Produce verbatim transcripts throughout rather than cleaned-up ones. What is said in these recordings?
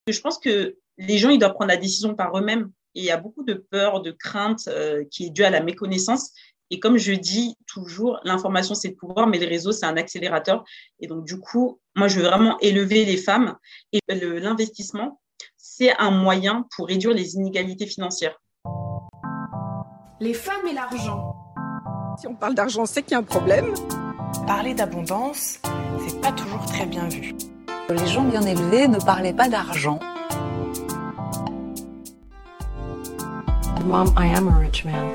Je pense que les gens, ils doivent prendre la décision par eux-mêmes. Et il y a beaucoup de peur, de crainte euh, qui est due à la méconnaissance. Et comme je dis toujours, l'information, c'est le pouvoir, mais les réseaux, c'est un accélérateur. Et donc, du coup, moi, je veux vraiment élever les femmes. Et le, l'investissement, c'est un moyen pour réduire les inégalités financières. Les femmes et l'argent. Si on parle d'argent, c'est qu'il y a un problème. Parler d'abondance, c'est pas toujours très bien vu. Les gens bien élevés ne parlaient pas d'argent. Mom, I am a rich man.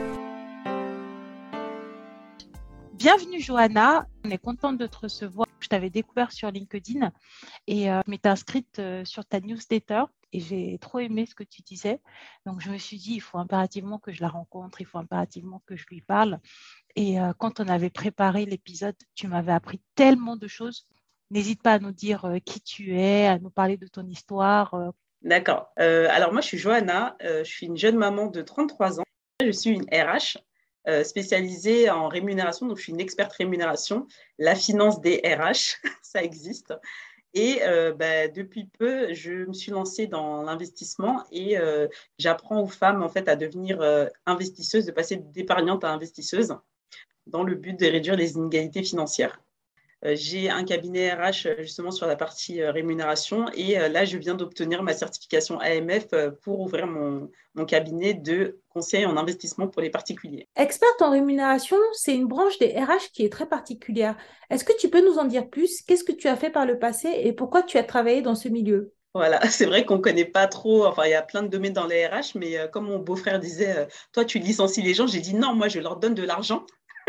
Bienvenue Johanna, on est contente de te recevoir. Je t'avais découvert sur LinkedIn et euh, je m'étais inscrite euh, sur ta newsletter et j'ai trop aimé ce que tu disais. Donc je me suis dit, il faut impérativement que je la rencontre, il faut impérativement que je lui parle. Et euh, quand on avait préparé l'épisode, tu m'avais appris tellement de choses. N'hésite pas à nous dire euh, qui tu es, à nous parler de ton histoire. Euh. D'accord. Euh, alors moi, je suis Johanna, euh, je suis une jeune maman de trente-trois ans. Je suis une R H euh, spécialisée en rémunération, donc je suis une experte rémunération. La finance des R H, ça existe. Et euh, bah, depuis peu, je me suis lancée dans l'investissement et euh, j'apprends aux femmes en fait à devenir euh, investisseuses, de passer d'épargnante à investisseuse dans le but de réduire les inégalités financières. Euh, j'ai un cabinet R H justement sur la partie euh, rémunération et euh, là, je viens d'obtenir ma certification A M F euh, pour ouvrir mon, mon cabinet de conseil en investissement pour les particuliers. Experte en rémunération, c'est une branche des R H qui est très particulière. Est-ce que tu peux nous en dire plus? Qu'est-ce que tu as fait par le passé et pourquoi tu as travaillé dans ce milieu? Voilà, c'est vrai qu'on ne connaît pas trop, enfin, il y a plein de domaines dans les R H, mais euh, comme mon beau-frère disait, euh, toi, tu licencies les gens, j'ai dit non, moi, je leur donne de l'argent.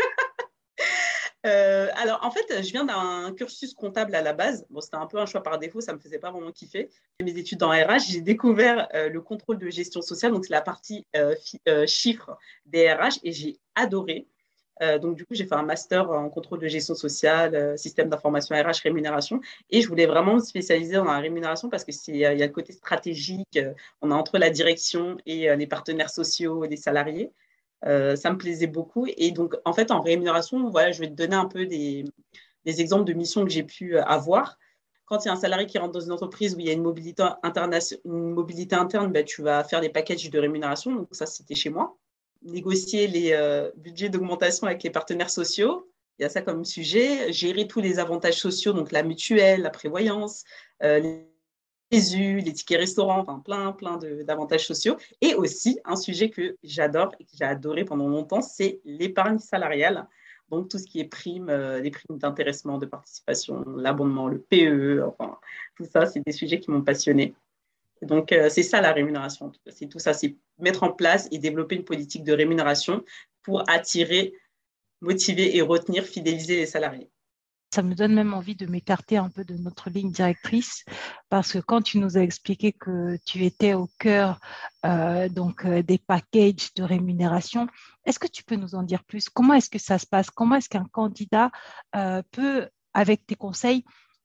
Euh, alors, en fait, je viens d'un cursus comptable à la base. Bon, c'était un peu un choix par défaut, ça ne me faisait pas vraiment kiffer. J'ai mes études en R H, j'ai découvert euh, le contrôle de gestion sociale, donc c'est la partie euh, fi- euh, chiffres des R H, et j'ai adoré. Euh, donc, du coup, j'ai fait un master en contrôle de gestion sociale, euh, système d'information R H, rémunération, et je voulais vraiment me spécialiser dans la rémunération parce que c'est, euh, il y a le côté stratégique, euh, on a entre la direction et euh, les partenaires sociaux et les salariés. Euh, ça me plaisait beaucoup. Et donc, en fait, en rémunération, voilà, je vais te donner un peu des, des exemples de missions que j'ai pu avoir. Quand il y a un salarié qui rentre dans une entreprise où il y a une mobilité, internation- une mobilité interne, ben, tu vas faire des packages de rémunération. Donc, ça, c'était chez moi. Négocier les euh, budgets d'augmentation avec les partenaires sociaux. Il y a ça comme sujet. Gérer tous les avantages sociaux, donc la mutuelle, la prévoyance, euh, les les U, les tickets restaurants, enfin plein, plein de, d'avantages sociaux. Et aussi, un sujet que j'adore et que j'ai adoré pendant longtemps, c'est l'épargne salariale. Donc, tout ce qui est primes, euh, les primes d'intéressement, de participation, l'abondement, le P E, enfin, tout ça, c'est des sujets qui m'ont passionnée. Donc, euh, c'est ça la rémunération. C'est tout ça, c'est mettre en place et développer une politique de rémunération pour attirer, motiver et retenir, fidéliser les salariés. Ça me donne même envie de m'écarter un peu de notre ligne directrice parce que quand tu nous as expliqué que tu étais au cœur euh, donc, euh, des packages de rémunération, est-ce que tu peux nous en dire plus? Comment est-ce que ça se passe? Comment est-ce qu'un candidat euh, peut, avec tes conseils,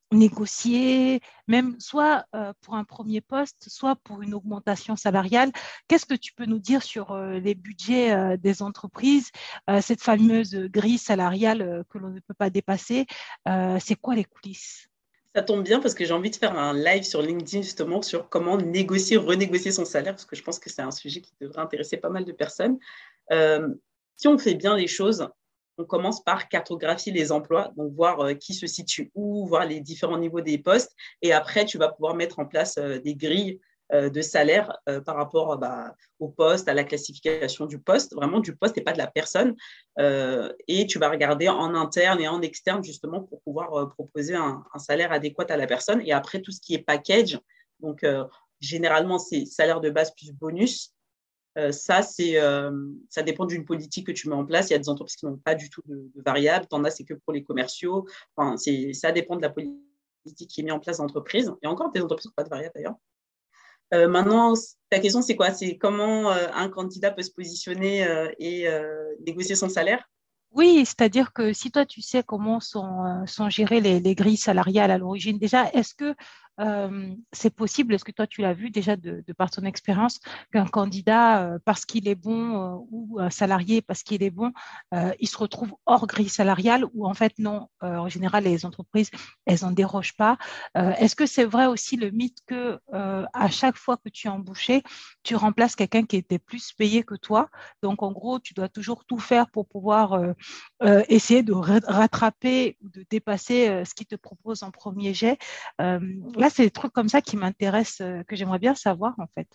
négocier, même soit euh, pour un premier poste, soit pour une augmentation salariale? Qu'est-ce que tu peux nous dire sur euh, les budgets euh, des entreprises, euh, cette fameuse grille salariale euh, que l'on ne peut pas dépasser? Euh, c'est quoi les coulisses? Ça tombe bien parce que j'ai envie de faire un live sur LinkedIn justement sur comment négocier, renégocier son salaire parce que je pense que c'est un sujet qui devrait intéresser pas mal de personnes. Euh, si on fait bien les choses, on commence par cartographier les emplois, donc voir euh, qui se situe où, voir les différents niveaux des postes. Et après, tu vas pouvoir mettre en place euh, des grilles euh, de salaire euh, par rapport bah, au poste, à la classification du poste, vraiment du poste et pas de la personne. Euh, et tu vas regarder en interne et en externe justement pour pouvoir euh, proposer un, un salaire adéquat à la personne. Et après, tout ce qui est package, donc euh, généralement, c'est salaire de base plus bonus. Euh, ça, c'est, euh, ça dépend d'une politique que tu mets en place. Il y a des entreprises qui n'ont pas du tout de, de variables. Tu en as, c'est que pour les commerciaux. Enfin, c'est, ça dépend de la politique qui est mise en place dans l'entreprise. Il y a encore des entreprises qui n'ont pas de variables d'ailleurs. Euh, maintenant, ta question, c'est quoi? C'est comment euh, un candidat peut se positionner euh, et euh, négocier son salaire? Oui, c'est-à-dire que si toi, tu sais comment sont, euh, sont gérées les, les grilles salariales à l'origine, déjà, est-ce que euh, c'est possible, est-ce que toi tu l'as vu déjà de, de par ton expérience, qu'un candidat, euh, parce qu'il est bon, euh, ou un salarié parce qu'il est bon, euh, il se retrouve hors grille salariale, ou en fait non, euh, en général les entreprises, elles n'en dérogent pas. Euh, est-ce que c'est vrai aussi le mythe que euh, à chaque fois que tu es embauché, tu remplaces quelqu'un qui était plus payé que toi? Donc en gros, tu dois toujours tout faire pour pouvoir euh, euh, essayer de rattraper ou de dépasser euh, ce qu'ils te proposent en premier jet. Euh, là, c'est des trucs comme ça qui m'intéressent, euh, que j'aimerais bien savoir en fait.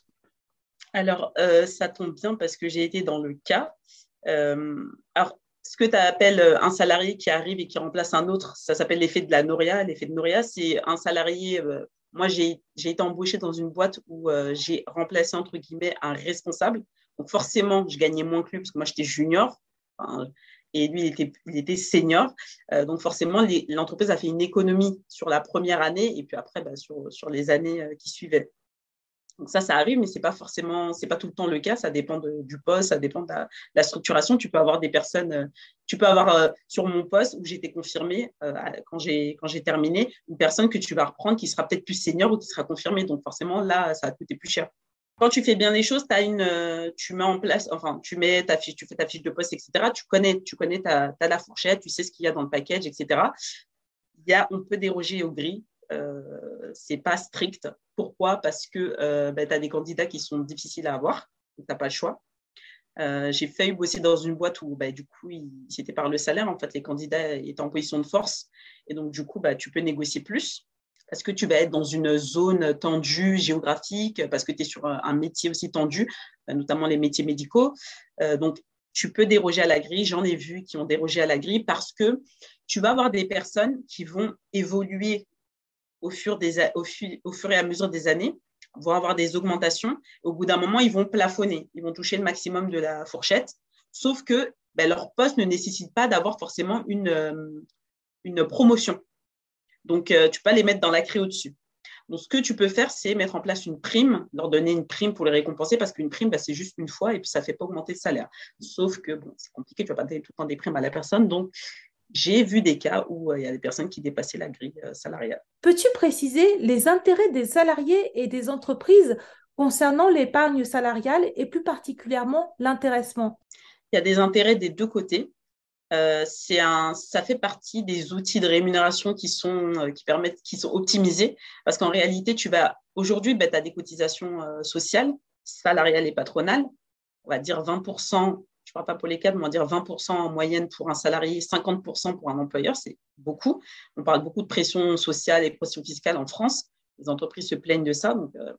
Alors, euh, ça tombe bien parce que j'ai été dans le cas. Euh, alors, ce que tu appelles un salarié qui arrive et qui remplace un autre, ça s'appelle l'effet de la Noria. L'effet de Noria, c'est un salarié. Euh, moi, j'ai, j'ai été embauchée dans une boîte où euh, j'ai remplacé, entre guillemets, un responsable. Donc, forcément, je gagnais moins que lui parce que moi, j'étais junior. Enfin, et lui, il était, il était senior. Euh, donc, forcément, les, l'entreprise a fait une économie sur la première année et puis après, bah, sur, sur les années euh, qui suivaient. Donc ça, ça arrive, mais c'est pas forcément, c'est pas tout le temps le cas. Ça dépend de, du poste, ça dépend de la, la structuration. Tu peux avoir des personnes, euh, tu peux avoir euh, sur mon poste où j'étais confirmée euh, quand j'ai quand j'ai terminé, une personne que tu vas reprendre qui sera peut-être plus senior ou qui sera confirmée. Donc forcément là, ça va te coûter plus cher. Quand tu fais bien les choses, t'as une, euh, tu mets en place, enfin tu mets ta fiche, tu fais ta fiche de poste, et cetera. Tu connais, tu connais ta, t'as la fourchette, tu sais ce qu'il y a dans le package, et cetera. Il y a, on peut déroger aux grilles. Euh, c'est pas strict. Pourquoi? Parce que euh, ben, tu as des candidats qui sont difficiles à avoir, donc tu n'as pas le choix. Euh, j'ai failli bosser dans une boîte où ben, du coup, il, c'était par le salaire. En fait, les candidats étaient en position de force. Et donc, du coup, ben, tu peux négocier plus parce que tu vas être dans une zone tendue géographique, parce que tu es sur un, un métier aussi tendu, ben, notamment les métiers médicaux. Euh, donc, tu peux déroger à la grille. J'en ai vu qui ont dérogé à la grille parce que tu vas avoir des personnes qui vont évoluer au fur, des, au, fur, au fur et à mesure des années, vont avoir des augmentations. Au bout d'un moment, ils vont plafonner. Ils vont toucher le maximum de la fourchette. Sauf que ben, leur poste ne nécessite pas d'avoir forcément une, euh, une promotion. Donc, euh, tu ne peux pas les mettre dans la crée au-dessus. Donc, ce que tu peux faire, c'est mettre en place une prime, leur donner une prime pour les récompenser, parce qu'une prime, ben, c'est juste une fois et puis ça ne fait pas augmenter le salaire. Sauf que bon, c'est compliqué, tu ne vas pas donner tout le temps des primes à la personne. Donc, j'ai vu des cas où il euh, y a des personnes qui dépassaient la grille euh, salariale. Peux-tu préciser les intérêts des salariés et des entreprises concernant l'épargne salariale et plus particulièrement l'intéressement? Il y a des intérêts des deux côtés. Euh, c'est un, ça fait partie des outils de rémunération qui sont, euh, qui permettent, qui sont optimisés, parce qu'en réalité, tu vas aujourd'hui, ben, tu as des cotisations euh, sociales, salariales et patronales. On va dire vingt pour cent. Je ne parle pas pour les cadres, mais on va dire vingt pour cent en moyenne pour un salarié, cinquante pour cent pour un employeur, c'est beaucoup. On parle beaucoup de pression sociale et pression fiscale en France. Les entreprises se plaignent de ça. Donc, euh...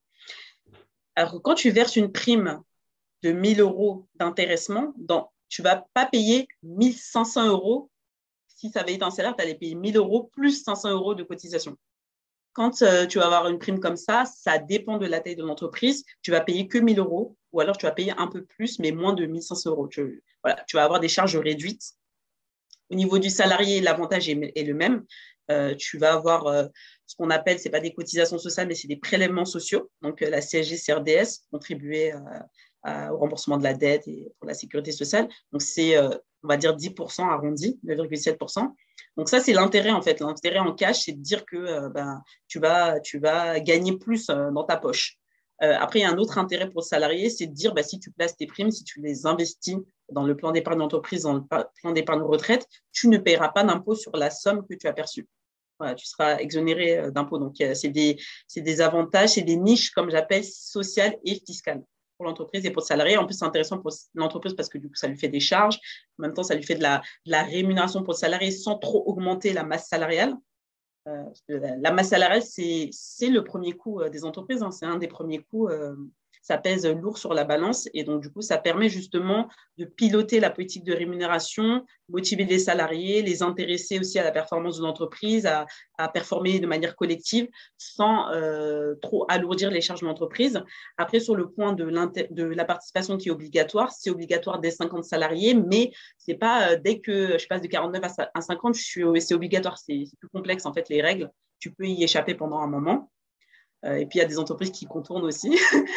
Alors, quand tu verses une prime de mille euros d'intéressement, dans... tu ne vas pas payer mille cinq cents euros. Si ça avait été un salaire, tu allais payer mille euros plus cinq cents euros de cotisation. Quand euh, tu vas avoir une prime comme ça, ça dépend de la taille de l'entreprise. Tu vas payer que mille euros ou alors tu vas payer un peu plus, mais moins de mille cinq cents euros. Tu, voilà, tu vas avoir des charges réduites. Au niveau du salarié, l'avantage est, est le même. Euh, tu vas avoir euh, ce qu'on appelle, ce n'est pas des cotisations sociales, mais c'est des prélèvements sociaux. Donc, euh, la C S G, C R D S, contribuer à, à, au remboursement de la dette et pour la sécurité sociale. Donc, c'est, euh, on va dire, dix pour cent arrondi, neuf virgule sept pour cent. Donc, ça, c'est l'intérêt, en fait. L'intérêt en cash, c'est de dire que euh, ben, tu, vas, tu vas gagner plus euh, dans ta poche. Euh, après, il y a un autre intérêt pour le salarié, c'est de dire bah, si tu places tes primes, si tu les investis dans le plan d'épargne d'entreprise, dans le plan d'épargne retraite, tu ne paieras pas d'impôt sur la somme que tu as perçue. Voilà, tu seras exonéré d'impôts. Donc, euh, c'est, des, c'est des avantages, c'est des niches, comme j'appelle, sociales et fiscales pour l'entreprise et pour le salarié. En plus, c'est intéressant pour l'entreprise parce que du coup, ça lui fait des charges. En même temps, ça lui fait de la, de la rémunération pour le salarié sans trop augmenter la masse salariale. Euh, la masse salariale, c'est, c'est le premier coût des entreprises. Hein. C'est un des premiers coûts. Euh, ça pèse lourd sur la balance. Et donc, du coup, ça permet justement de piloter la politique de rémunération, motiver les salariés, les intéresser aussi à la performance de l'entreprise, à, à performer de manière collective sans euh, trop alourdir les charges de l'entreprise. Après, sur le point de, de la participation qui est obligatoire, c'est obligatoire dès cinquante salariés, mais c'est pas euh, dès que je passe de quarante-neuf à cinquante, je suis, c'est obligatoire. C'est, c'est plus complexe, en fait, les règles. Tu peux y échapper pendant un moment. Euh, et puis, il y a des entreprises qui contournent aussi,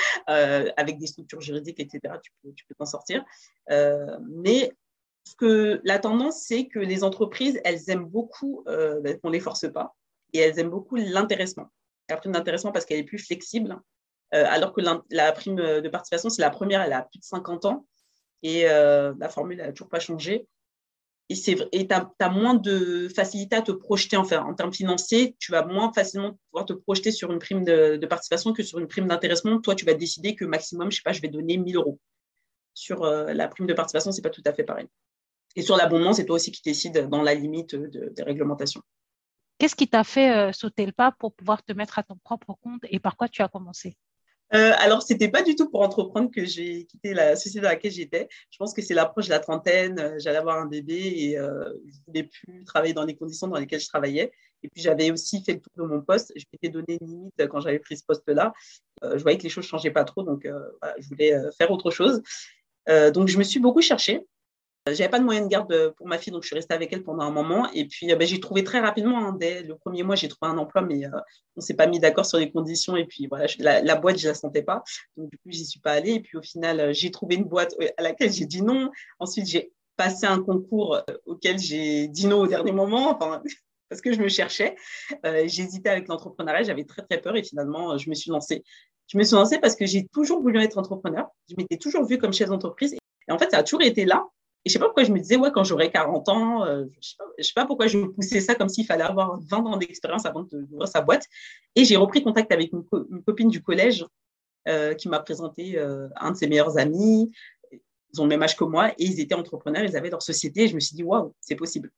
euh, avec des structures juridiques, et cetera. Tu peux, tu peux t'en sortir. Euh, mais ce que, la tendance, c'est que les entreprises, elles aiment beaucoup euh, qu'on ne les force pas et elles aiment beaucoup l'intéressement. la prime d'intéressement parce qu'elle est plus flexible, euh, alors que la prime de participation, c'est la première, elle a plus de cinquante ans et euh, la formule n'a toujours pas changé. Et tu as moins de facilité à te projeter en, fait, en termes financiers. Tu vas moins facilement pouvoir te projeter sur une prime de, de participation que sur une prime d'intéressement. Toi, tu vas décider que maximum, je sais pas, je vais donner mille euros. Sur euh, la prime de participation, c'est pas tout à fait pareil. Et sur l'abondement, c'est toi aussi qui décides dans la limite de, des réglementations. Qu'est-ce qui t'a fait euh, sauter le pas pour pouvoir te mettre à ton propre compte et par quoi tu as commencé? Euh, alors, ce n'était pas du tout pour entreprendre que j'ai quitté la société dans laquelle j'étais. Je pense que c'est l'approche de la trentaine. Euh, j'allais avoir un bébé et euh, je ne voulais plus travailler dans les conditions dans lesquelles je travaillais. Et puis, j'avais aussi fait le tour de mon poste. Je m'étais donné une limite quand j'avais pris ce poste-là. Euh, je voyais que les choses ne changeaient pas trop, donc euh, voilà, je voulais euh, faire autre chose. Euh, donc, je me suis beaucoup cherchée. J'avais pas de moyen de garde pour ma fille, donc je suis restée avec elle pendant un moment. Et puis, euh, ben, j'ai trouvé très rapidement, hein, dès le premier mois, j'ai trouvé un emploi, mais euh, on s'est pas mis d'accord sur les conditions. Et puis, voilà, je, la, la boîte, je la sentais pas. Donc, du coup, j'y suis pas allée. Et puis, au final, euh, j'ai trouvé une boîte à laquelle j'ai dit non. Ensuite, j'ai passé un concours euh, auquel j'ai dit non au dernier moment, enfin, parce que je me cherchais. Euh, j'hésitais avec l'entrepreneuriat, j'avais très, très peur. Et finalement, je me suis lancée. Je me suis lancée parce que j'ai toujours voulu être entrepreneur. Je m'étais toujours vue comme chef d'entreprise. Et en fait, ça a toujours été là. Et je ne sais pas pourquoi je me disais, ouais, quand j'aurai quarante ans, euh, je ne sais pas pourquoi je poussais ça comme s'il fallait avoir vingt ans d'expérience avant d'ouvrir sa boîte. Et j'ai repris contact avec une, co- une copine du collège euh, qui m'a présenté euh, un de ses meilleurs amis. Ils ont le même âge que moi et ils étaient entrepreneurs, ils avaient leur société. Et je me suis dit, waouh, c'est possible.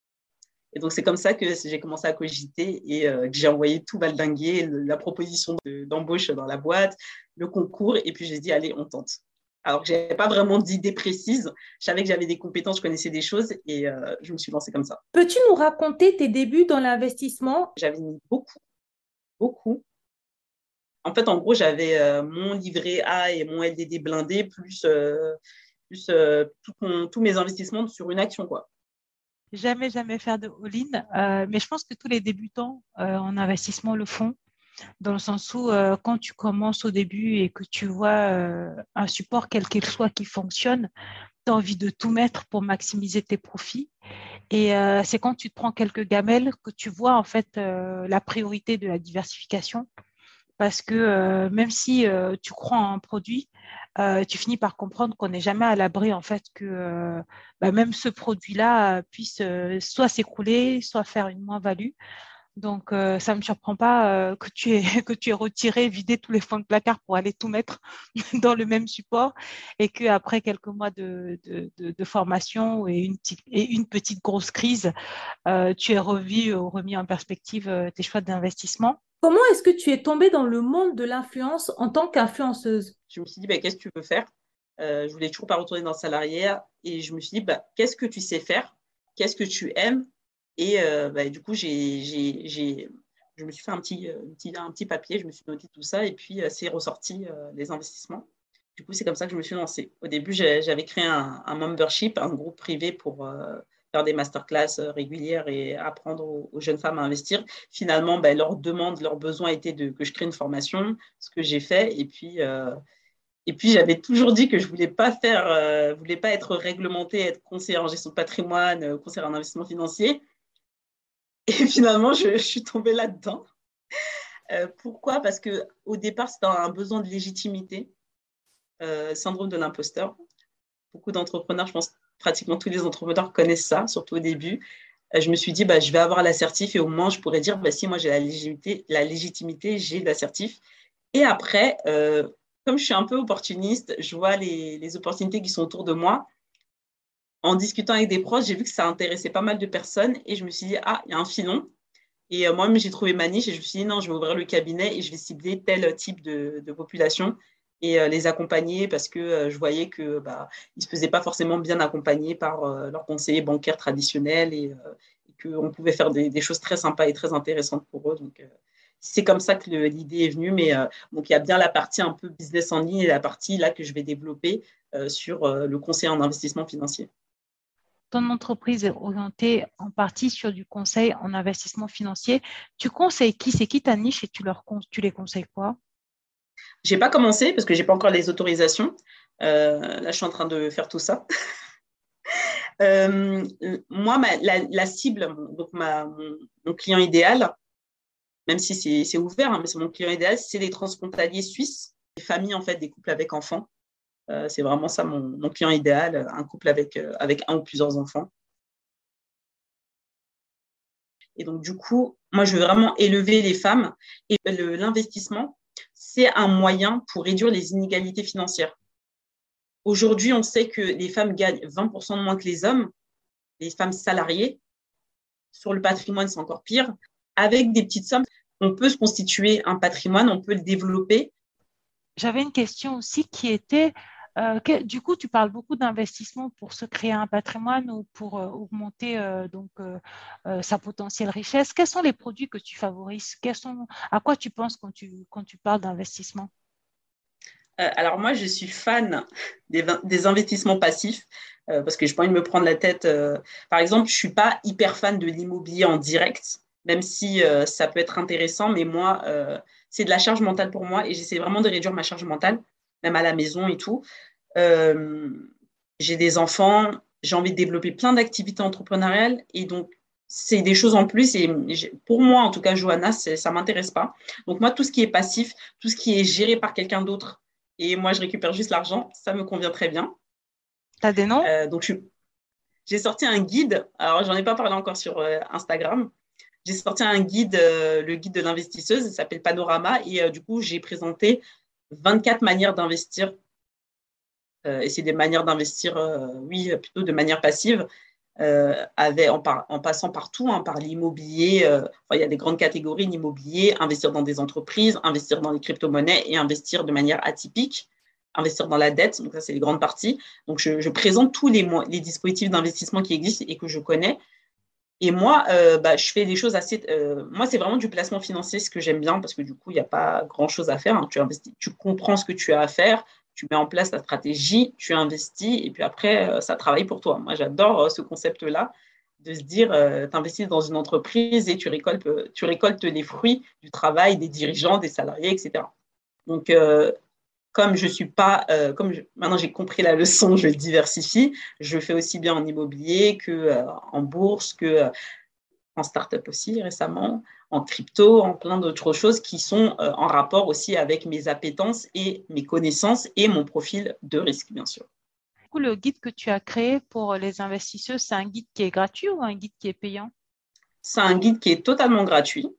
Et donc, c'est comme ça que j'ai commencé à cogiter et euh, que j'ai envoyé tout valdinguer, le- la proposition de- d'embauche dans la boîte, le concours. Et puis, j'ai dit, allez, on tente. Alors que je n'avais pas vraiment d'idée précise. Je savais que j'avais des compétences, je connaissais des choses et euh, je me suis lancée comme ça. Peux-tu nous raconter tes débuts dans l'investissement? J'avais mis beaucoup, beaucoup. En fait, en gros, j'avais euh, mon livret A et mon L D D blindé, plus, euh, plus euh, tout mon- tous mes investissements sur une action, quoi. Jamais, jamais faire de all-in. Euh, mais je pense que tous les débutants euh, en investissement le font, dans le sens où euh, quand tu commences au début et que tu vois euh, un support, quel qu'il soit, qui fonctionne, tu as envie de tout mettre pour maximiser tes profits. Et euh, c'est quand tu te prends quelques gamelles que tu vois en fait euh, la priorité de la diversification. Parce que euh, même si euh, tu crois en un produit, euh, tu finis par comprendre qu'on n'est jamais à l'abri en fait que euh, bah, même ce produit-là euh, puisse euh, soit s'écrouler, soit faire une moins-value. Donc, euh, ça ne me surprend pas euh, que tu aies, que tu aies retiré, vidé tous les fonds de placard pour aller tout mettre dans le même support et qu'après quelques mois de, de, de, de formation et une, petite, et une petite grosse crise, euh, tu aies revu ou remis en perspective euh, tes choix d'investissement. Comment est-ce que tu es tombée dans le monde de l'influence en tant qu'influenceuse? Je me suis dit, bah, qu'est-ce que tu veux faire? Euh, je voulais toujours pas retourner dans le salariat et je me suis dit, bah, qu'est-ce que tu sais faire? Qu'est-ce que tu aimes? Et euh, bah, du coup, j'ai, j'ai, j'ai, je me suis fait un petit, un, petit, un petit papier, je me suis noté tout ça et puis euh, c'est ressorti euh, les investissements. Du coup, c'est comme ça que je me suis lancée. Au début, j'avais créé un, un membership, un groupe privé pour euh, faire des masterclass régulières et apprendre aux, aux jeunes femmes à investir. Finalement, ben, leur demande, leur besoin était de, que je crée une formation, ce que j'ai fait. Et puis, euh, et puis j'avais toujours dit que je ne voulais pas faire, euh, voulais pas être réglementée, être conseillère en gestion de patrimoine, euh, conseillère en investissement financier. Et finalement, je, je suis tombée là-dedans. Euh, pourquoi? Parce qu'au départ, c'était un besoin de légitimité, euh, syndrome de l'imposteur. Beaucoup d'entrepreneurs, je pense pratiquement tous les entrepreneurs connaissent ça, surtout au début. Euh, je me suis dit, bah, je vais avoir l'assertif et au moins, je pourrais dire, bah, si moi j'ai la légitimité, la légitimité j'ai l'assertif. Et après, euh, comme je suis un peu opportuniste, je vois les, les opportunités qui sont autour de moi. En discutant avec des proches, j'ai vu que ça intéressait pas mal de personnes et je me suis dit, ah, il y a un filon. Et euh, moi-même, j'ai trouvé ma niche et je me suis dit, non, je vais ouvrir le cabinet et je vais cibler tel type de, de population et euh, les accompagner parce que euh, je voyais qu'ils bah, ne se faisaient pas forcément bien accompagner par euh, leurs conseillers bancaires traditionnels et, euh, et qu'on pouvait faire des, des choses très sympas et très intéressantes pour eux. Donc, euh, c'est comme ça que l'idée est venue. Mais euh, donc, il y a bien la partie un peu business en ligne et la partie là que je vais développer euh, sur euh, le conseil en investissement financier. Ton entreprise est orientée en partie sur du conseil en investissement financier. Tu conseilles qui? C'est qui ta niche et tu, leur, tu les conseilles quoi? Je n'ai pas commencé parce que je n'ai pas encore les autorisations. Euh, là, je suis en train de faire tout ça. euh, moi, ma, la, la cible, donc ma, mon, mon client idéal, même si c'est, c'est ouvert, hein, mais c'est mon client idéal, c'est les transfrontaliers suisses, des familles, en fait, des couples avec enfants. Euh, c'est vraiment ça mon, mon client idéal, un couple avec, euh, avec un ou plusieurs enfants. Et donc, du coup, moi, je veux vraiment élever les femmes. Et le, l'investissement, c'est un moyen pour réduire les inégalités financières. Aujourd'hui, on sait que les femmes gagnent vingt pour cent de moins que les hommes, les femmes salariées. Sur le patrimoine, c'est encore pire. Avec des petites sommes, on peut se constituer un patrimoine, on peut le développer. J'avais une question aussi qui était, euh, que, du coup, tu parles beaucoup d'investissement pour se créer un patrimoine ou pour euh, augmenter euh, donc, euh, euh, sa potentielle richesse. Quels sont les produits que tu favorises? Quels sont, à quoi tu penses quand tu, quand tu parles d'investissement? Euh, alors moi, je suis fan des, des investissements passifs euh, parce que je n'ai pas envie de me prendre la tête. Euh, par exemple, je ne suis pas hyper fan de l'immobilier en direct, même si euh, ça peut être intéressant, mais moi, euh, c'est de la charge mentale pour moi et j'essaie vraiment de réduire ma charge mentale, même à la maison et tout. Euh, j'ai des enfants, j'ai envie de développer plein d'activités entrepreneuriales et donc, c'est des choses en plus et pour moi, en tout cas, Johanna, ça ne m'intéresse pas. Donc moi, tout ce qui est passif, tout ce qui est géré par quelqu'un d'autre, et moi, je récupère juste l'argent. Ça me convient très bien. Tu as des noms? Euh, donc, je, j'ai sorti un guide. Alors, j'en ai pas parlé encore sur euh, Instagram. J'ai sorti un guide, euh, le guide de l'investisseuse. Il s'appelle Panorama. Et euh, du coup, j'ai présenté vingt-quatre manières d'investir. Euh, et c'est des manières d'investir, euh, oui, plutôt de manière passive. Euh, avec, en, par, en passant partout, hein, par l'immobilier. Euh, enfin, il y a des grandes catégories, l'immobilier, investir dans des entreprises, investir dans les crypto-monnaies et investir de manière atypique, investir dans la dette. Donc, ça, c'est les grandes parties. Donc, je, je présente tous les, les dispositifs d'investissement qui existent et que je connais. Et moi, euh, bah, je fais des choses assez… Euh, moi, c'est vraiment du placement financier, ce que j'aime bien, parce que du coup, il n'y a pas grand-chose à faire. Hein. Tu investis, tu comprends ce que tu as à faire, tu mets en place ta stratégie, tu investis, et puis après, euh, ça travaille pour toi. Moi, j'adore euh, ce concept-là, de se dire, euh, tu investis dans une entreprise et tu récoltes, euh, tu récoltes les fruits du travail des dirigeants, des salariés, et cetera. Donc, euh, comme je suis pas, euh, comme je, maintenant j'ai compris la leçon, je diversifie. Je fais aussi bien en immobilier que euh, en bourse, que euh, en start-up aussi récemment, en crypto, en plein d'autres choses qui sont euh, en rapport aussi avec mes appétences et mes connaissances et mon profil de risque, bien sûr. Du coup, le guide que tu as créé pour les investisseurs, c'est un guide qui est gratuit ou un guide qui est payant? C'est un guide qui est totalement gratuit.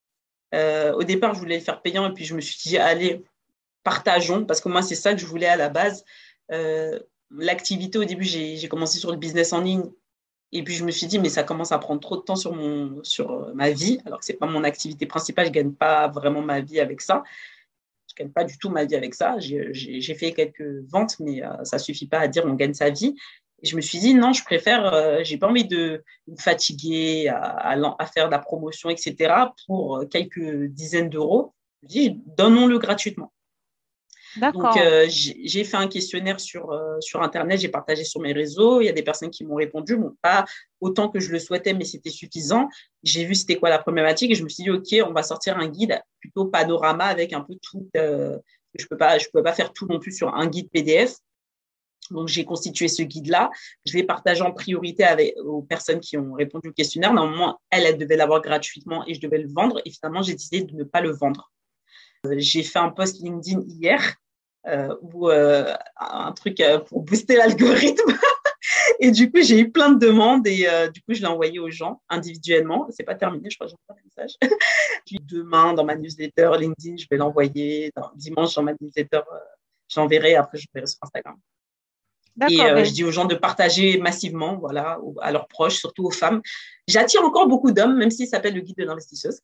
Euh, au départ, je voulais le faire payant et puis je me suis dit, allez, partageons, parce que moi, c'est ça que je voulais à la base. Euh, l'activité, au début, j'ai, j'ai commencé sur le business en ligne. Et puis, je me suis dit, mais ça commence à prendre trop de temps sur, mon, sur ma vie, alors que ce n'est pas mon activité principale. Je ne gagne pas vraiment ma vie avec ça. Je ne gagne pas du tout ma vie avec ça. J'ai, j'ai, j'ai fait quelques ventes, mais euh, ça ne suffit pas à dire on gagne sa vie. Et je me suis dit, non, je préfère, euh, je n'ai pas envie de me fatiguer à, à, à faire de la promotion, et cetera, pour quelques dizaines d'euros. Je me dis, donnons-le gratuitement. D'accord. Donc, euh, j'ai, j'ai fait un questionnaire sur, euh, sur Internet, j'ai partagé sur mes réseaux. Il y a des personnes qui m'ont répondu, bon, pas autant que je le souhaitais, mais c'était suffisant. J'ai vu c'était quoi la problématique et je me suis dit, OK, on va sortir un guide plutôt panorama avec un peu tout. Euh, je ne peux pas, je peux pas faire tout non plus sur un guide P D F. Donc, j'ai constitué ce guide-là. Je l'ai partagé en priorité avec, aux personnes qui ont répondu au questionnaire. Normalement, elles, elles devaient l'avoir gratuitement et je devais le vendre. Et finalement, j'ai décidé de ne pas le vendre. Euh, j'ai fait un post LinkedIn hier euh, ou euh, un truc euh, pour booster l'algorithme. Et du coup, j'ai eu plein de demandes et euh, du coup, je l'ai envoyé aux gens individuellement. C'est pas terminé, je crois que j'ai encore un message. Puis demain, dans ma newsletter LinkedIn, je vais l'envoyer. Dans, dimanche, dans ma newsletter, euh, j'enverrai. Après, je verrai sur Instagram. D'accord, et euh, ben... je dis aux gens de partager massivement, voilà, à leurs proches, surtout aux femmes. J'attire encore beaucoup d'hommes, même s'il s'appelle le guide de l'investisseuse.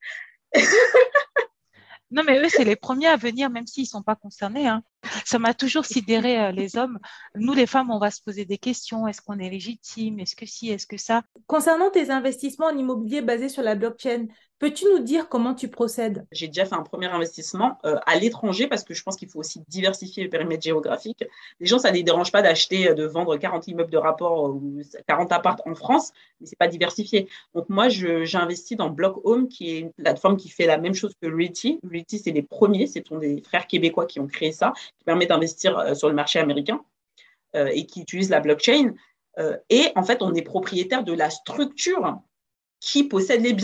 Non, mais eux, c'est les premiers à venir, même s'ils ne sont pas concernés. Hein. Ça m'a toujours sidéré, euh, les hommes. Nous, les femmes, on va se poser des questions. Est-ce qu'on est légitime? Est-ce que si? Est-ce que ça? Concernant tes investissements en immobilier basés sur la blockchain, peux-tu nous dire comment tu procèdes? J'ai déjà fait un premier investissement euh, à l'étranger parce que je pense qu'il faut aussi diversifier le périmètre géographique. Les gens, ça ne les dérange pas d'acheter, de vendre quarante immeubles de rapport ou quarante apparts en France, mais ce n'est pas diversifié. Donc, moi, je, j'ai investi dans Block Home, qui est une plateforme qui fait la même chose que Realty. Realty, c'est les premiers, ce sont des frères québécois qui ont créé ça, qui permet d'investir euh, sur le marché américain euh, et qui utilise la blockchain. Euh, et en fait, on est propriétaire de la structure qui possède les biens.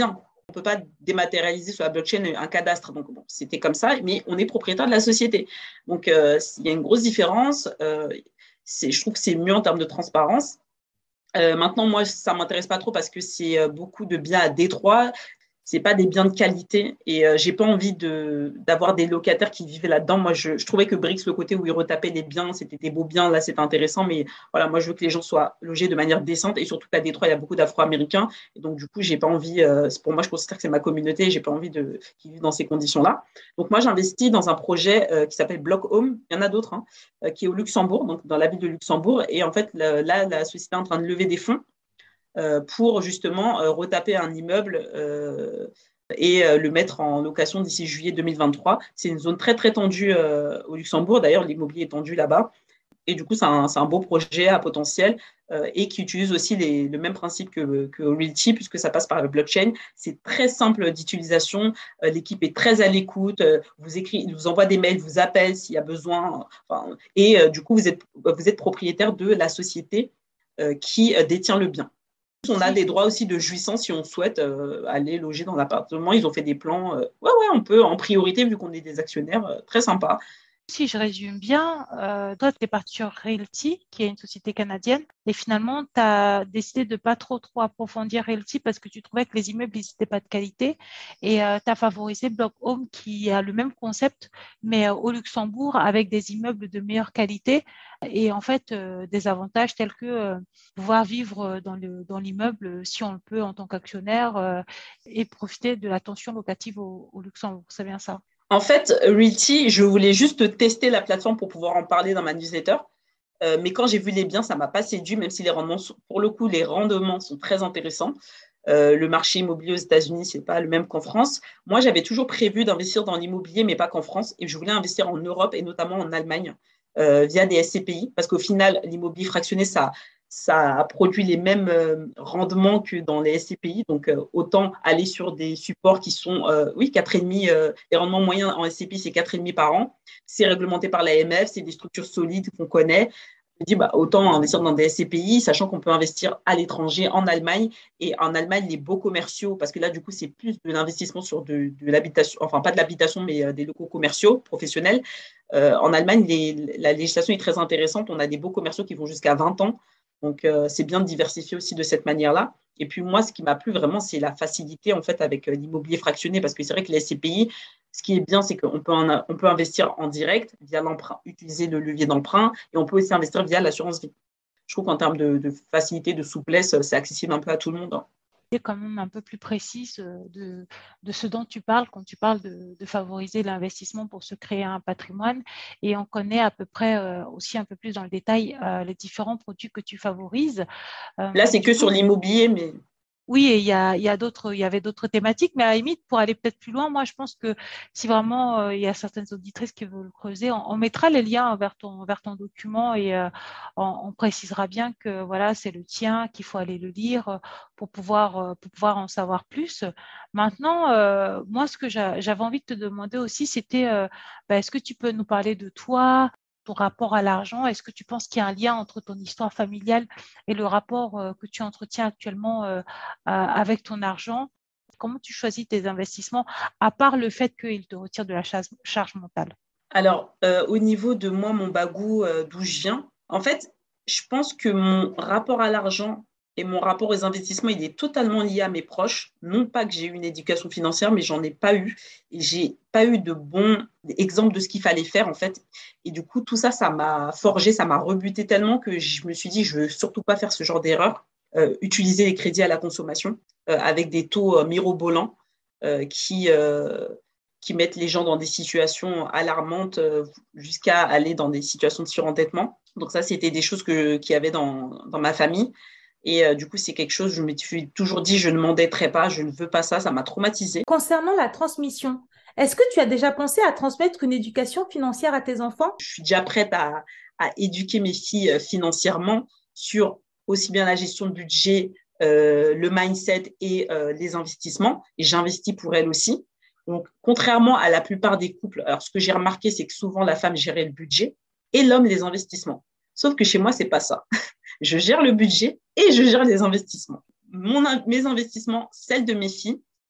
On ne peut pas dématérialiser sur la blockchain un cadastre. Donc, bon, c'était comme ça, mais on est propriétaire de la société. Donc, euh, il y a une grosse différence. Euh, c'est, je trouve que c'est mieux en termes de transparence. Euh, maintenant, moi, ça ne m'intéresse pas trop parce que c'est beaucoup de biens à Détroit. Ce n'est pas des biens de qualité et euh, je n'ai pas envie de, d'avoir des locataires qui vivaient là-dedans. Moi, je, je trouvais que Brix, le côté où ils retapaient des biens, c'était des beaux biens, là, c'était intéressant. Mais voilà, moi, je veux que les gens soient logés de manière décente et surtout qu'à Détroit, il y a beaucoup d'Afro-Américains. Et donc, du coup, je n'ai pas envie, euh, pour moi, je considère que c'est ma communauté et je n'ai pas envie de, qu'ils vivent dans ces conditions-là. Donc, moi, j'investis dans un projet euh, qui s'appelle Block Home. Il y en a d'autres, hein, euh, qui est au Luxembourg, donc dans la ville de Luxembourg. Et en fait, là, la, la société est en train de lever des fonds euh, pour justement euh, retaper un immeuble euh, et euh, le mettre en location d'ici juillet deux mille vingt-trois. C'est une zone très, très tendue euh, au Luxembourg. D'ailleurs, l'immobilier est tendu là-bas. Et du coup, c'est un, c'est un beau projet à potentiel euh, et qui utilise aussi les, le même principe que, que Realty puisque ça passe par le blockchain. C'est très simple d'utilisation. Euh, l'équipe est très à l'écoute. Euh, vous, écrit, vous envoie des mails, vous appelle s'il y a besoin. Enfin, et euh, du coup, vous êtes, vous êtes propriétaire de la société euh, qui euh, détient le bien. On a des droits aussi de jouissance si on souhaite euh, aller loger dans l'appartement. Ils ont fait des plans. Euh, ouais, ouais, on peut en priorité vu qu'on est des actionnaires. Euh, très sympa. Si je résume bien, euh, toi, tu es parti sur Realty, qui est une société canadienne, et finalement, tu as décidé de pas trop, trop approfondir Realty parce que tu trouvais que les immeubles n'étaient pas de qualité, et euh, tu as favorisé Block Home qui a le même concept, mais euh, au Luxembourg avec des immeubles de meilleure qualité et en fait euh, des avantages tels que euh, pouvoir vivre dans, le, dans l'immeuble si on le peut en tant qu'actionnaire euh, et profiter de la tension locative au, au Luxembourg. C'est bien ça? En fait, Realty, je voulais juste tester la plateforme pour pouvoir en parler dans ma newsletter. Euh, mais quand j'ai vu les biens, ça ne m'a pas séduit, même si les rendements, sont, pour le coup, les rendements sont très intéressants. Euh, le marché immobilier aux États-Unis, ce n'est pas le même qu'en France. Moi, j'avais toujours prévu d'investir dans l'immobilier, mais pas qu'en France. Et je voulais investir en Europe et notamment en Allemagne euh, via des S C P I, parce qu'au final, l'immobilier fractionné, ça, ça a produit les mêmes euh, rendements que dans les S C P I. Donc, euh, autant aller sur des supports qui sont, euh, oui, quatre virgule cinq, euh, les rendements moyens en S C P I, c'est quatre virgule cinq par an. C'est réglementé par l'A M F, c'est des structures solides qu'on connaît. Je dis, bah, autant investir dans des S C P I, sachant qu'on peut investir à l'étranger, en Allemagne. Et en Allemagne, les beaux commerciaux, parce que là, du coup, c'est plus de l'investissement sur de, de l'habitation, enfin, pas de l'habitation, mais euh, des locaux commerciaux, professionnels. Euh, en Allemagne, les, la législation est très intéressante. On a des beaux commerciaux qui vont jusqu'à vingt ans. Donc, euh, c'est bien de diversifier aussi de cette manière-là. Et puis, moi, ce qui m'a plu vraiment, c'est la facilité, en fait, avec euh, l'immobilier fractionné, parce que c'est vrai que les S C P I, ce qui est bien, c'est qu'on peut, en, on peut investir en direct via l'emprunt, utiliser le levier d'emprunt, et on peut aussi investir via l'assurance vie. Je trouve qu'en termes de, de facilité, de souplesse, c'est accessible un peu à tout le monde. Quand même un peu plus précise de, de ce dont tu parles quand tu parles de, de favoriser l'investissement pour se créer un patrimoine et on connaît à peu près euh, aussi un peu plus dans le détail euh, les différents produits que tu favorises. Euh, Là, c'est que coup, sur l'immobilier, mais… Oui, et il y a, il y a d'autres, il y avait d'autres thématiques, mais à la limite, pour aller peut-être plus loin, moi, je pense que si vraiment euh, il y a certaines auditrices qui veulent creuser, on, on mettra les liens vers ton, vers ton document et euh, on, on précisera bien que voilà, c'est le tien, qu'il faut aller le lire pour pouvoir, pour pouvoir en savoir plus. Maintenant, euh, moi, ce que j'a, j'avais envie de te demander aussi, c'était, euh, bah, est-ce que tu peux nous parler de toi? Ton rapport à l'argent, est-ce que tu penses qu'il y a un lien entre ton histoire familiale et le rapport euh, que tu entretiens actuellement euh, euh, avec ton argent? Comment tu choisis tes investissements, à part le fait qu'ils te retirent de la charge, charge mentale? Alors, euh, au niveau de moi, mon bagou, euh, d'où je viens, en fait, je pense que mon rapport à l'argent et mon rapport aux investissements, il est totalement lié à mes proches. Non pas que j'ai eu une éducation financière, mais j'en ai pas eu. Et j'ai pas eu de bons exemples de ce qu'il fallait faire, en fait. Et du coup, tout ça, ça m'a forgé, ça m'a rebuté tellement que je me suis dit, je veux surtout pas faire ce genre d'erreur. Euh, utiliser les crédits à la consommation euh, avec des taux euh, mirobolants euh, qui, euh, qui mettent les gens dans des situations alarmantes euh, jusqu'à aller dans des situations de surendettement. Donc ça, c'était des choses que, qu'il y avait dans, dans ma famille. Et euh, du coup, c'est quelque chose, je me suis toujours dit, je ne m'endetterai pas, je ne veux pas ça, ça m'a traumatisée. Concernant la transmission, est-ce que tu as déjà pensé à transmettre une éducation financière à tes enfants? Je suis déjà prête à, à éduquer mes filles financièrement sur aussi bien la gestion de budget, euh, le mindset et euh, les investissements. Et j'investis pour elles aussi. Donc, contrairement à la plupart des couples, alors ce que j'ai remarqué, c'est que souvent la femme gérait le budget et l'homme les investissements. Sauf que chez moi, c'est pas ça. Je gère le budget et je gère les investissements. Mon, mes investissements, celles de mes filles,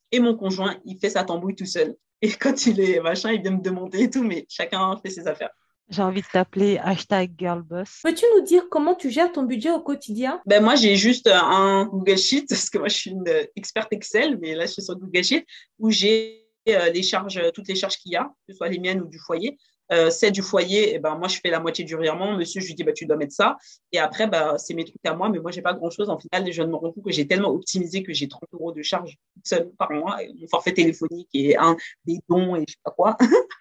Et mon conjoint, il fait sa tambouille tout seul. Et quand il est machin, il vient me demander et tout, mais chacun fait ses affaires. J'ai envie de t'appeler hashtag girlboss. Peux-tu nous dire comment tu gères ton budget au quotidien? Ben moi, j'ai juste un Google Sheet, parce que moi, je suis une experte Excel, mais là, je suis sur Google Sheet, où j'ai euh, les charges, toutes les charges qu'il y a, que ce soit les miennes ou du foyer. Euh, c'est du foyer, et ben, moi, je fais la moitié du virement. Monsieur, je lui dis, bah, tu dois mettre ça. Et après, bah, c'est mes trucs à moi, mais moi, j'ai pas grand-chose. En final, je me rends compte que j'ai tellement optimisé que j'ai trente euros de charges seule par mois. Et mon forfait téléphonique et un des dons et je sais pas quoi.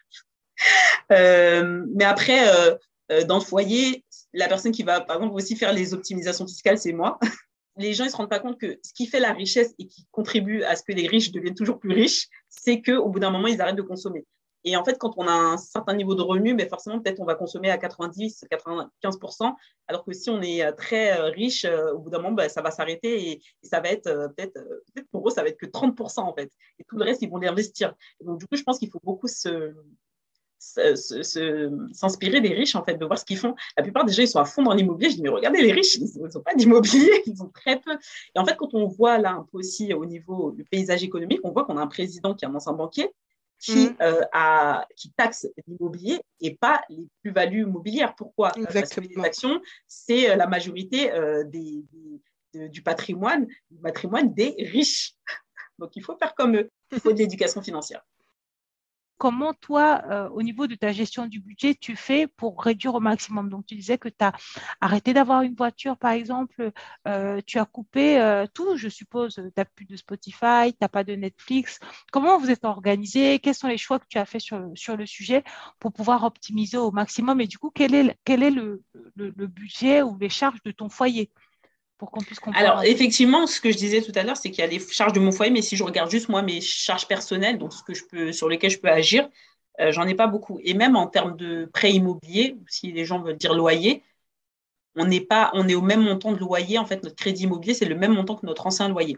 Euh, mais après, euh, euh, dans le foyer, la personne qui va, par exemple, aussi faire les optimisations fiscales, c'est moi. Les gens ne se rendent pas compte que ce qui fait la richesse et qui contribue à ce que les riches deviennent toujours plus riches, c'est qu'au bout d'un moment, ils arrêtent de consommer. Et en fait, quand on a un certain niveau de revenu, mais forcément, peut-être on va consommer à quatre-vingt-dix, quatre-vingt-quinze pour cent, alors que si on est très riche, euh, au bout d'un moment, bah, ça va s'arrêter et, et ça va être euh, peut-être, euh, peut-être pour eux, ça va être que trente pour cent en fait. Et tout le reste, ils vont l'investir. Et donc, du coup, je pense qu'il faut beaucoup se Se, se, se, s'inspirer des riches, en fait, de voir ce qu'ils font. La plupart des gens, ils sont à fond dans l'immobilier. Je dis, mais regardez, les riches, ils n'ont pas d'immobilier, ils ont très peu. Et en fait, quand on voit là un peu aussi au niveau du paysage économique, on voit qu'on a un président qui est un ancien banquier qui, mmh. euh, a, qui taxe l'immobilier et pas les plus-values immobilières. Pourquoi ? Parce que les actions, c'est la majorité euh, des, des, de, du patrimoine, du patrimoine des riches. Donc, il faut faire comme eux. Il faut de l'éducation financière. Comment toi, euh, au niveau de ta gestion du budget, tu fais pour réduire au maximum? Donc, tu disais que tu as arrêté d'avoir une voiture, par exemple, euh, tu as coupé euh, tout, je suppose, tu n'as plus de Spotify, tu n'as pas de Netflix. Comment vous êtes organisé? Quels sont les choix que tu as fait sur, sur le sujet pour pouvoir optimiser au maximum? Et du coup, quel est, quel est le, le, le budget ou les charges de ton foyer? Pour qu'on puisse comprendre. Alors, effectivement, ce que je disais tout à l'heure, c'est qu'il y a les charges de mon foyer, mais si je regarde juste, moi, mes charges personnelles, donc ce que je peux, sur lesquelles je peux agir, euh, j'en ai pas beaucoup. Et même en termes de prêt immobilier, si les gens veulent dire loyer, on n'est pas, on est au même montant de loyer. En fait, notre crédit immobilier, c'est le même montant que notre ancien loyer.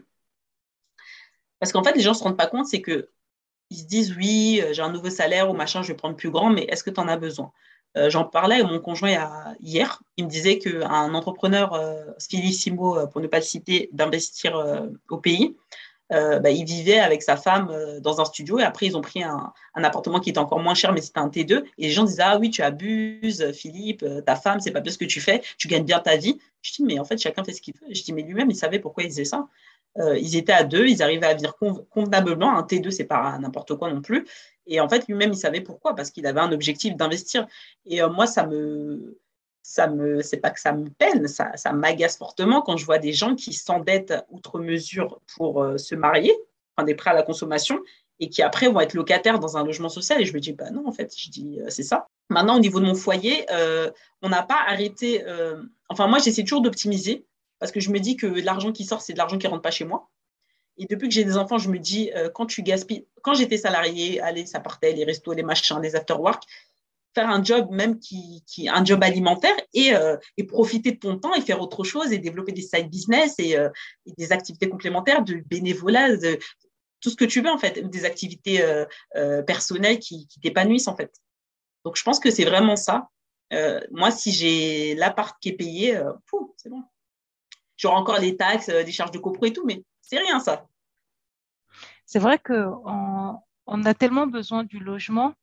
Parce qu'en fait, les gens ne se rendent pas compte, c'est qu'ils se disent, oui, j'ai un nouveau salaire ou machin, je vais prendre plus grand, mais est-ce que tu en as besoin ? Euh, j'en parlais avec mon conjoint hier. Il me disait qu'un entrepreneur, euh, Sfilissimo, pour ne pas le citer, d'investir euh, au pays, euh, bah, il vivait avec sa femme euh, dans un studio et après, ils ont pris un, un appartement qui était encore moins cher, mais c'était un T deux. Et les gens disaient, ah oui, tu abuses, Philippe, ta femme, c'est pas bien ce que tu fais, tu gagnes bien ta vie. Je dis, mais en fait, chacun fait ce qu'il veut. Je dis, mais lui-même, il savait pourquoi il faisait ça. Euh, ils étaient à deux, ils arrivaient à vivre convenablement. Un T deux, c'est pas n'importe quoi non plus. Et en fait, lui-même, il savait pourquoi, parce qu'il avait un objectif d'investir. Et euh, moi, ça me, ça me, c'est pas que ça me peine, ça, ça m'agace fortement quand je vois des gens qui s'endettent outre mesure pour euh, se marier, enfin des prêts à la consommation, et qui après vont être locataires dans un logement social. Et je me dis, bah non, en fait, je dis, euh, c'est ça. Maintenant, au niveau de mon foyer, euh, on n'a pas arrêté. Euh... Enfin, moi, j'essaie toujours d'optimiser. Parce que je me dis que l'argent qui sort, c'est de l'argent qui ne rentre pas chez moi. Et depuis que j'ai des enfants, je me dis, euh, quand tu gaspilles, quand j'étais salariée, allez, ça partait, les restos, les machins, les after-work, faire un job même qui, qui un job alimentaire et, euh, et profiter de ton temps et faire autre chose et développer des side business et, euh, et des activités complémentaires, de bénévolat, de, tout ce que tu veux en fait, des activités euh, euh, personnelles qui, qui t'épanouissent en fait. Donc, je pense que c'est vraiment ça. Euh, moi, si j'ai l'appart qui est payé, euh, pouf, c'est bon. J'aurai encore les taxes, des charges de copro et tout, mais c'est rien ça. C'est vrai qu'on on a tellement besoin du logement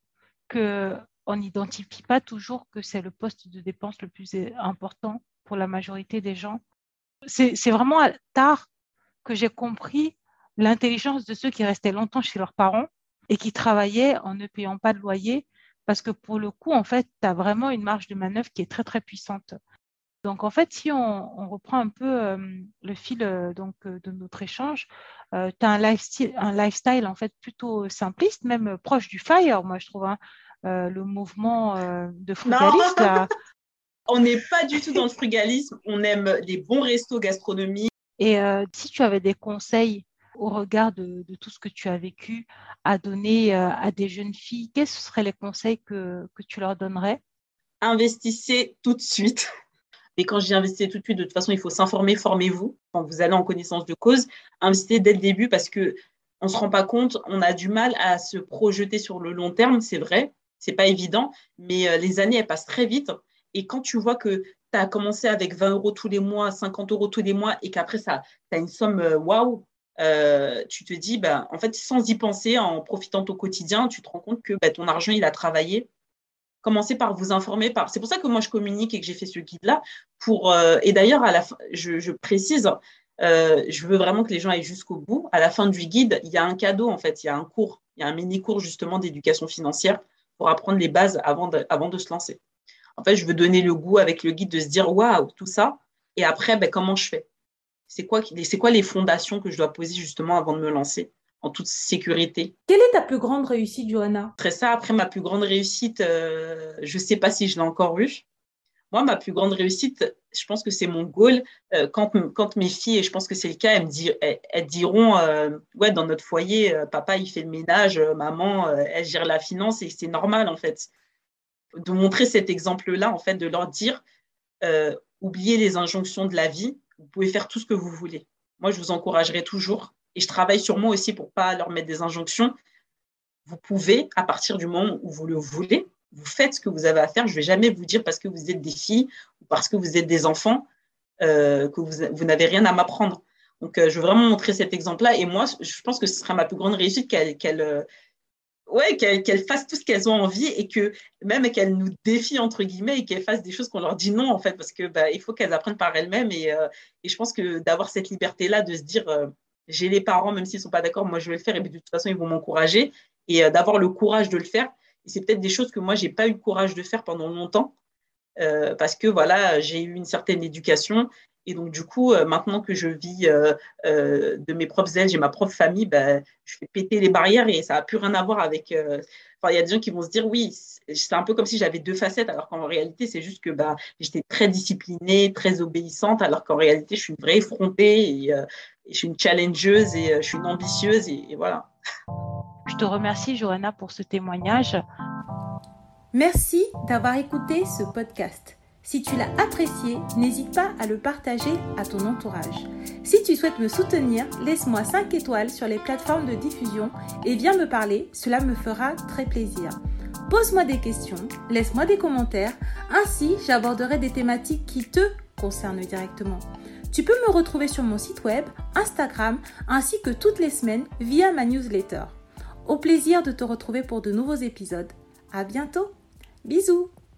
qu'on n'identifie pas toujours que c'est le poste de dépense le plus important pour la majorité des gens. C'est, c'est vraiment tard que j'ai compris l'intelligence de ceux qui restaient longtemps chez leurs parents et qui travaillaient en ne payant pas de loyer, parce que pour le coup, en fait, tu as vraiment une marge de manœuvre qui est très, très puissante. Donc, en fait, si on, on reprend un peu euh, le fil euh, donc, euh, de notre échange, euh, tu as un lifestyle, un lifestyle en fait plutôt simpliste, même euh, proche du FIRE, moi je trouve, hein, euh, le mouvement euh, de frugaliste. Là. On n'est pas du tout dans le frugalisme, on aime les bons restos gastronomiques. Et euh, si tu avais des conseils au regard de, de tout ce que tu as vécu à donner euh, à des jeunes filles, quels seraient les conseils que, que tu leur donnerais ? Investissez tout de suite. Et quand je dis investissez tout de suite, de toute façon, il faut s'informer, formez-vous. Quand vous allez en connaissance de cause, investissez dès le début parce qu'on ne se rend pas compte, on a du mal à se projeter sur le long terme, c'est vrai, ce n'est pas évident, mais les années, elles passent très vite. Et quand tu vois que tu as commencé avec vingt euros tous les mois, cinquante euros tous les mois et qu'après, tu as une somme waouh, euh, tu te dis, bah, en fait, sans y penser, en profitant de ton quotidien, tu te rends compte que bah, ton argent, il a travaillé. Commencez par vous informer. Par... C'est pour ça que moi, je communique et que j'ai fait ce guide-là. Pour, euh, et d'ailleurs, à la fin, je, je précise, euh, je veux vraiment que les gens aillent jusqu'au bout. À la fin du guide, il y a un cadeau, en fait. Il y a un cours, il y a un mini-cours, justement, d'éducation financière pour apprendre les bases avant de, avant de se lancer. En fait, je veux donner le goût avec le guide de se dire, waouh, tout ça. Et après, ben, comment je fais ? C'est quoi, c'est quoi les fondations que je dois poser, justement, avant de me lancer ? En toute sécurité. Quelle est ta plus grande réussite, Johanna ? Après ça, après ma plus grande réussite, euh, je ne sais pas si je l'ai encore eue. Moi, ma plus grande réussite, je pense que c'est mon goal. Euh, quand, quand mes filles, et je pense que c'est le cas, elles, me dir, elles, elles diront, euh, ouais, dans notre foyer, euh, papa, il fait le ménage, euh, maman, euh, elle gère la finance, et c'est normal, en fait. De montrer cet exemple-là, en fait, de leur dire, euh, oubliez les injonctions de la vie, vous pouvez faire tout ce que vous voulez. Moi, je vous encouragerai toujours. Et je travaille sur moi aussi pour ne pas leur mettre des injonctions. Vous pouvez, à partir du moment où vous le voulez, vous faites ce que vous avez à faire. Je ne vais jamais vous dire parce que vous êtes des filles ou parce que vous êtes des enfants euh, que vous, vous n'avez rien à m'apprendre. Donc, euh, je veux vraiment montrer cet exemple-là. Et moi, je pense que ce sera ma plus grande réussite qu'elles qu'elle, euh, ouais, qu'elle, qu'elle fassent tout ce qu'elles ont envie et que même qu'elles nous défient, entre guillemets, et qu'elles fassent des choses qu'on leur dit non, en fait, parce qu'il bah, faut qu'elles apprennent par elles-mêmes. Et, euh, et je pense que d'avoir cette liberté-là de se dire... Euh, j'ai les parents, même s'ils ne sont pas d'accord, moi je vais le faire et de toute façon ils vont m'encourager et euh, d'avoir le courage de le faire. Et c'est peut-être des choses que moi je n'ai pas eu le courage de faire pendant longtemps euh, parce que voilà, j'ai eu une certaine éducation et donc du coup, euh, maintenant que je vis euh, euh, de mes propres ailes, j'ai ma propre famille, bah, je fais péter les barrières et ça n'a plus rien à voir avec... Euh... Enfin, il y a des gens qui vont se dire oui, c'est un peu comme si j'avais deux facettes alors qu'en réalité, c'est juste que bah, j'étais très disciplinée, très obéissante alors qu'en réalité, je suis une vraie effrontée et... Euh, je suis une challengeuse et je suis une ambitieuse et, et voilà. Je te remercie, Johanna, pour ce témoignage. Merci d'avoir écouté ce podcast. Si tu l'as apprécié, n'hésite pas à le partager à ton entourage. Si tu souhaites me soutenir, laisse-moi cinq étoiles sur les plateformes de diffusion et viens me parler, cela me fera très plaisir. Pose-moi des questions, laisse-moi des commentaires, ainsi j'aborderai des thématiques qui te concernent directement. Tu peux me retrouver sur mon site web, Instagram, ainsi que toutes les semaines via ma newsletter. Au plaisir de te retrouver pour de nouveaux épisodes. À bientôt. Bisous.